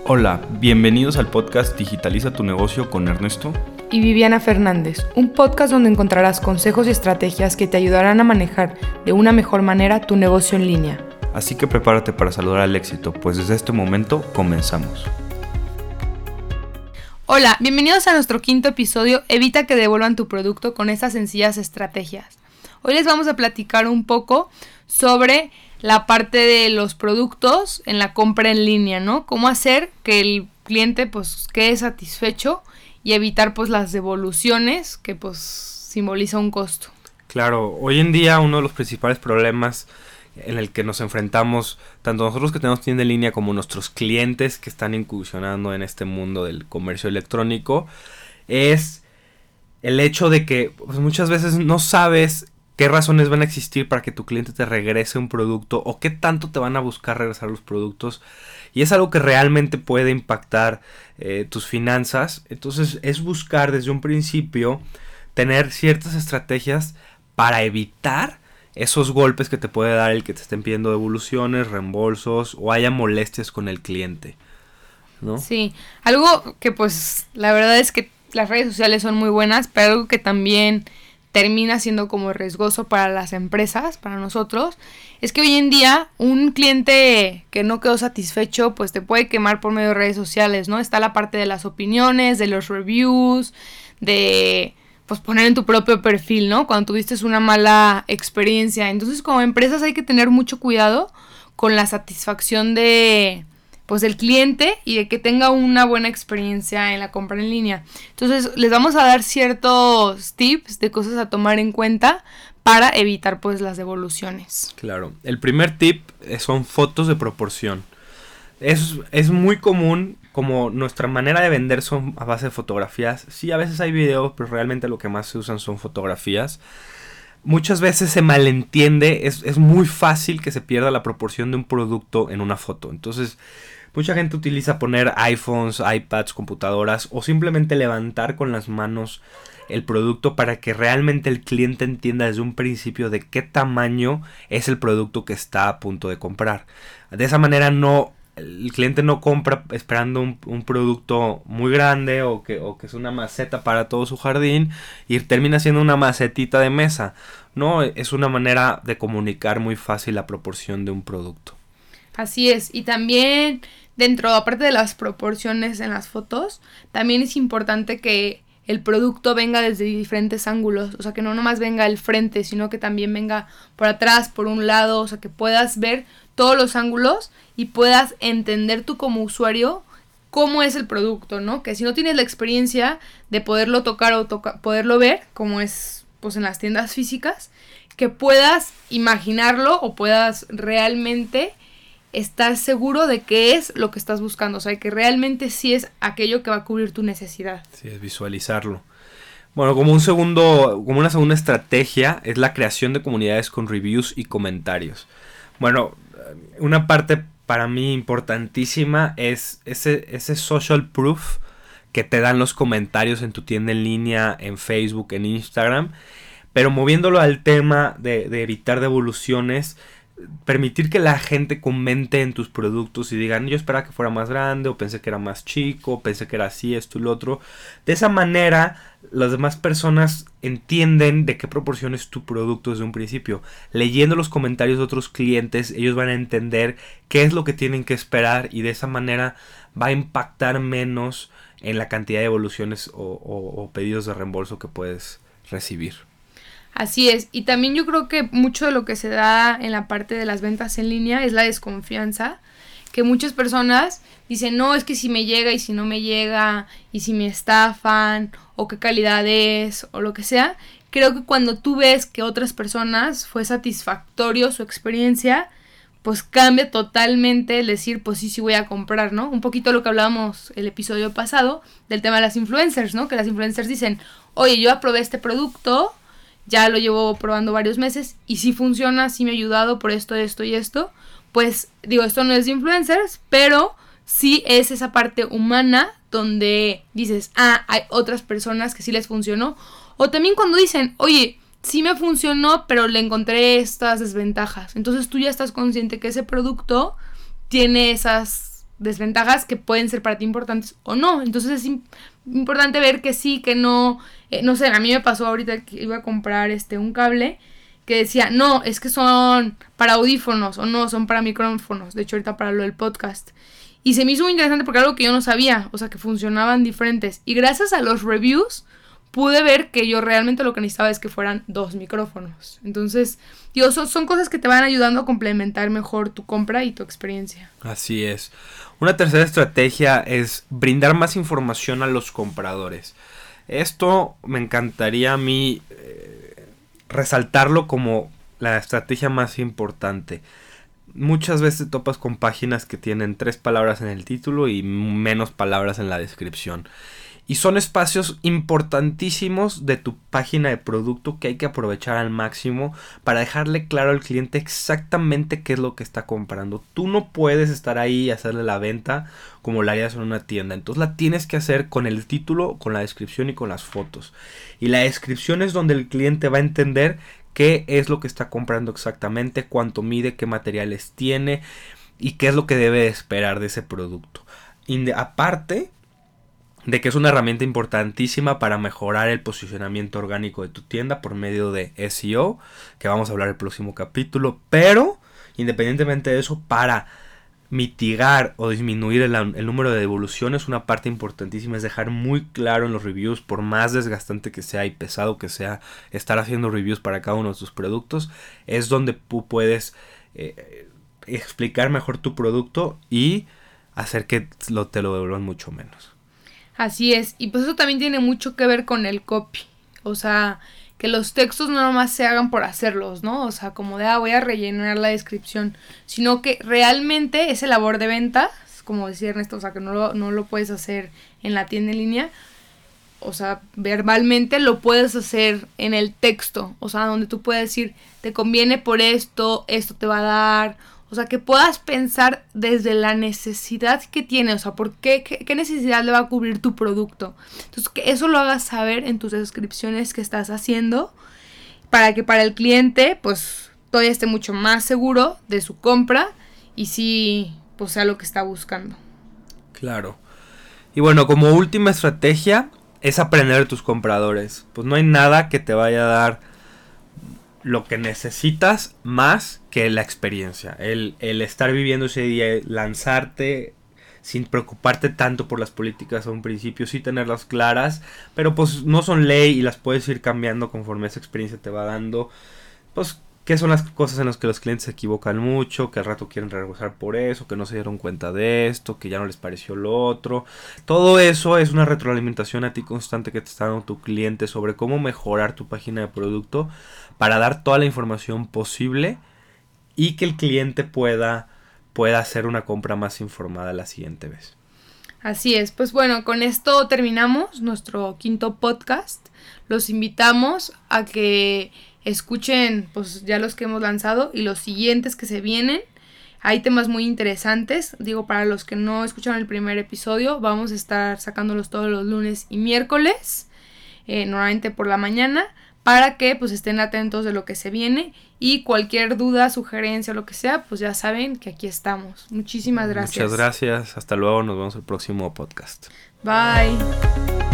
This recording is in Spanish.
Hola, bienvenidos al podcast Digitaliza tu negocio con Ernesto y Viviana Fernández, un podcast donde encontrarás consejos y estrategias que te ayudarán a manejar de una mejor manera tu negocio en línea. Así que prepárate para saludar al éxito, pues desde este momento comenzamos. Hola, bienvenidos a nuestro quinto episodio. Evita que devuelvan tu producto con estas sencillas estrategias. Hoy les vamos a platicar un poco sobre la parte de los productos en la compra en línea, ¿no? Cómo hacer que el cliente pues quede satisfecho y evitar pues las devoluciones que pues simboliza un costo. Claro, hoy en día uno de los principales problemas en el que nos enfrentamos, tanto nosotros que tenemos tienda en línea como nuestros clientes que están incursionando en este mundo del comercio electrónico, es el hecho de que pues, muchas veces no sabes qué razones van a existir para que tu cliente te regrese un producto o qué tanto te van a buscar regresar los productos, y es algo que realmente puede impactar tus finanzas. Entonces es buscar desde un principio tener ciertas estrategias para evitar esos golpes que te puede dar el que te estén pidiendo devoluciones, reembolsos o haya molestias con el cliente, ¿no? Sí, algo que pues la verdad es que las redes sociales son muy buenas, pero algo que también termina siendo como riesgoso para las empresas, para nosotros, es que hoy en día un cliente que no quedó satisfecho pues te puede quemar por medio de redes sociales, ¿no? Está la parte de las opiniones, de los reviews, de pues poner en tu propio perfil, ¿no? Cuando tuviste una mala experiencia. Entonces, como empresas hay que tener mucho cuidado con la satisfacción de pues del cliente y de que tenga una buena experiencia en la compra en línea. Entonces, les vamos a dar ciertos tips de cosas a tomar en cuenta para evitar pues las devoluciones. Claro, el primer tip son fotos de proporción. Es muy común, como nuestra manera de vender son a base de fotografías. Sí, a veces hay videos, pero realmente lo que más se usan son fotografías. Muchas veces se malentiende, es muy fácil que se pierda la proporción de un producto en una foto. Entonces, mucha gente utiliza poner iPhones, iPads, computadoras o simplemente levantar con las manos el producto para que realmente el cliente entienda desde un principio de qué tamaño es el producto que está a punto de comprar. De esa manera el cliente no compra esperando un producto muy grande o que es una maceta para todo su jardín y termina siendo una macetita de mesa. No, es una manera de comunicar muy fácil la proporción de un producto. Así es, y también aparte de las proporciones en las fotos, también es importante que el producto venga desde diferentes ángulos, o sea, que no nomás venga el frente, sino que también venga por atrás, por un lado, o sea, que puedas ver todos los ángulos y puedas entender tú como usuario cómo es el producto, ¿no? Que si no tienes la experiencia de poderlo tocar o poderlo ver, como es pues en las tiendas físicas, que puedas imaginarlo o puedas realmente estar seguro de qué es lo que estás buscando, o sea, que realmente sí es aquello que va a cubrir tu necesidad. Sí, es visualizarlo. Bueno, como una segunda estrategia es la creación de comunidades con reviews y comentarios. Bueno, una parte para mí importantísima es ese social proof que te dan los comentarios en tu tienda en línea, en Facebook, en Instagram, pero moviéndolo al tema de evitar devoluciones, permitir que la gente comente en tus productos y digan, yo esperaba que fuera más grande, o pensé que era más chico, pensé que era así, esto y lo otro. De esa manera, las demás personas entienden de qué proporción es tu producto desde un principio. Leyendo los comentarios de otros clientes, ellos van a entender qué es lo que tienen que esperar, y de esa manera va a impactar menos en la cantidad de devoluciones o pedidos de reembolso que puedes recibir. Así es, y también yo creo que mucho de lo que se da en la parte de las ventas en línea es la desconfianza, que muchas personas dicen, no, es que si me llega y si no me llega, y si me estafan, o qué calidad es, o lo que sea. Creo que cuando tú ves que otras personas fue satisfactorio su experiencia, pues cambia totalmente el decir, pues sí voy a comprar, ¿no? Un poquito lo que hablábamos el episodio pasado del tema de las influencers, ¿no? Que las influencers dicen, oye, yo aprobé este producto, ya lo llevo probando varios meses y sí funciona, sí me ha ayudado por esto y esto. Pues digo, esto no es de influencers, pero sí es esa parte humana donde dices, hay otras personas que sí les funcionó. O también cuando dicen, oye, sí me funcionó, pero le encontré estas desventajas. Entonces tú ya estás consciente que ese producto tiene esas desventajas que pueden ser para ti importantes o no. Entonces es importante ver que sí, que no. No sé, a mí me pasó ahorita que iba a comprar un cable que decía, no, es que son para audífonos o no, son para micrófonos. De hecho, ahorita para lo del podcast. Y se me hizo muy interesante porque era algo que yo no sabía, o sea, que funcionaban diferentes. Y gracias a los reviews pude ver que yo realmente lo que necesitaba es que fueran 2 micrófonos. Entonces, son cosas que te van ayudando a complementar mejor tu compra y tu experiencia. Así es. Una tercera estrategia es brindar más información a los compradores. Esto me encantaría a mí resaltarlo como la estrategia más importante. Muchas veces te topas con páginas que tienen 3 palabras en el título y menos palabras en la descripción. Y son espacios importantísimos de tu página de producto que hay que aprovechar al máximo para dejarle claro al cliente exactamente qué es lo que está comprando. Tú no puedes estar ahí y hacerle la venta como la harías en una tienda. Entonces la tienes que hacer con el título, con la descripción y con las fotos. Y la descripción es donde el cliente va a entender qué es lo que está comprando exactamente, cuánto mide, qué materiales tiene y qué es lo que debe esperar de ese producto. Y aparte de que es una herramienta importantísima para mejorar el posicionamiento orgánico de tu tienda por medio de SEO, que vamos a hablar el próximo capítulo, pero independientemente de eso, para mitigar o disminuir el número de devoluciones, una parte importantísima es dejar muy claro en los reviews, por más desgastante que sea y pesado que sea estar haciendo reviews para cada uno de tus productos, es donde tú puedes explicar mejor tu producto y hacer que te lo devuelvan mucho menos. Así es, y pues eso también tiene mucho que ver con el copy, o sea, que los textos no nomás se hagan por hacerlos, ¿no? O sea, como de, voy a rellenar la descripción, sino que realmente ese labor de ventas, como decía Ernesto, o sea, que no lo puedes hacer en la tienda en línea, o sea, verbalmente lo puedes hacer en el texto, o sea, donde tú puedes decir, te conviene por esto, esto te va a dar. O sea, que puedas pensar desde la necesidad que tiene, o sea, ¿por qué necesidad le va a cubrir tu producto? Entonces, que eso lo hagas saber en tus descripciones que estás haciendo para que para el cliente, pues, todavía esté mucho más seguro de su compra y sí, pues, sea lo que está buscando. Claro. Y bueno, como última estrategia es aprender de tus compradores. Pues no hay nada que te vaya a dar lo que necesitas más que la experiencia, el estar viviendo ese día, lanzarte sin preocuparte tanto por las políticas a un principio, sí tenerlas claras, pero pues no son ley y las puedes ir cambiando conforme esa experiencia te va dando. Pues qué son las cosas en las que los clientes se equivocan mucho, que al rato quieren regresar por eso, que no se dieron cuenta de esto, que ya no les pareció lo otro. Todo eso es una retroalimentación a ti constante que te está dando tu cliente sobre cómo mejorar tu página de producto para dar toda la información posible y que el cliente pueda hacer una compra más informada la siguiente vez. Así es, pues bueno, con esto terminamos nuestro 5º podcast. Los invitamos a que escuchen pues ya los que hemos lanzado y los siguientes que se vienen. Hay temas muy interesantes. Digo, para los que no escucharon el primer episodio, vamos a estar sacándolos todos los lunes y miércoles, normalmente por la mañana, para que pues estén atentos de lo que se viene y cualquier duda, sugerencia o lo que sea, pues ya saben que aquí estamos. Muchísimas gracias. Muchas gracias. Hasta luego. Nos vemos el próximo podcast. Bye.